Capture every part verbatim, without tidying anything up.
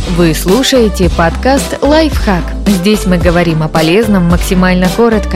Вы слушаете подкаст «Лайфхак». Здесь мы говорим о полезном максимально коротко.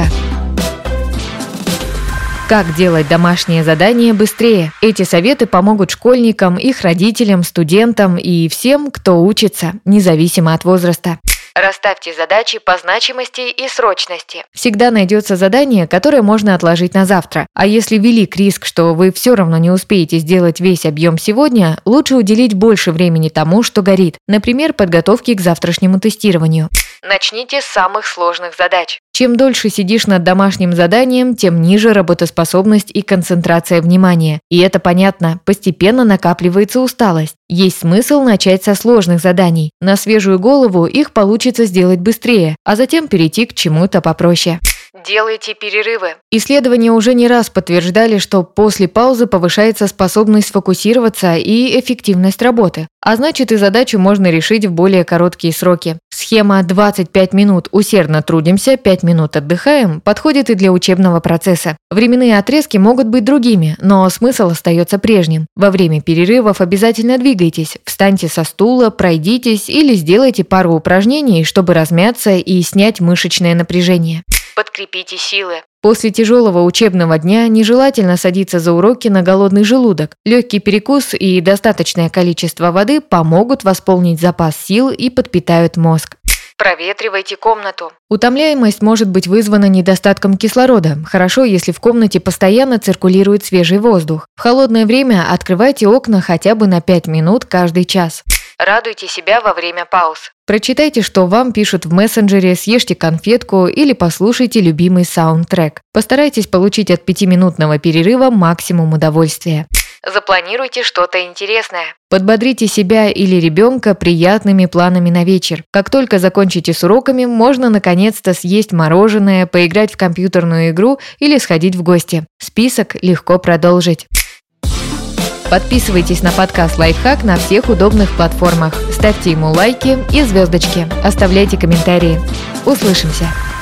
Как делать домашние задания быстрее? Эти советы помогут школьникам, их родителям, студентам и всем, кто учится, независимо от возраста. Расставьте задачи по значимости и срочности. Всегда найдется задание, которое можно отложить на завтра. А если велик риск, что вы все равно не успеете сделать весь объем сегодня, лучше уделить больше времени тому, что горит. Например, подготовке к завтрашнему тестированию. Начните с самых сложных задач. Чем дольше сидишь над домашним заданием, тем ниже работоспособность и концентрация внимания. И это понятно, постепенно накапливается усталость. Есть смысл начать со сложных заданий. На свежую голову их получится сделать быстрее, а затем перейти к чему-то попроще. Делайте перерывы. Исследования уже не раз подтверждали, что после паузы повышается способность сфокусироваться и эффективность работы. А значит, и задачу можно решить в более короткие сроки. Схема двадцать пять минут усердно трудимся, пять минут отдыхаем подходит и для учебного процесса. Временные отрезки могут быть другими, но смысл остается прежним. Во время перерывов обязательно двигайтесь, встаньте со стула, пройдитесь или сделайте пару упражнений, чтобы размяться и снять мышечное напряжение. Подкрепите силы. После тяжелого учебного дня нежелательно садиться за уроки на голодный желудок. Легкий перекус и достаточное количество воды помогут восполнить запас сил и подпитают мозг. Проветривайте комнату. Утомляемость может быть вызвана недостатком кислорода. Хорошо, если в комнате постоянно циркулирует свежий воздух. В холодное время открывайте окна хотя бы на пять минут каждый час. Радуйте себя во время пауз. Прочитайте, что вам пишут в мессенджере, съешьте конфетку или послушайте любимый саундтрек. Постарайтесь получить от пятиминутного перерыва максимум удовольствия. Запланируйте что-то интересное. Подбодрите себя или ребенка приятными планами на вечер. Как только закончите с уроками, можно наконец-то съесть мороженое, поиграть в компьютерную игру или сходить в гости. Список легко продолжить. Подписывайтесь на подкаст «Лайфхак» на всех удобных платформах. Ставьте ему лайки и звездочки. Оставляйте комментарии. Услышимся!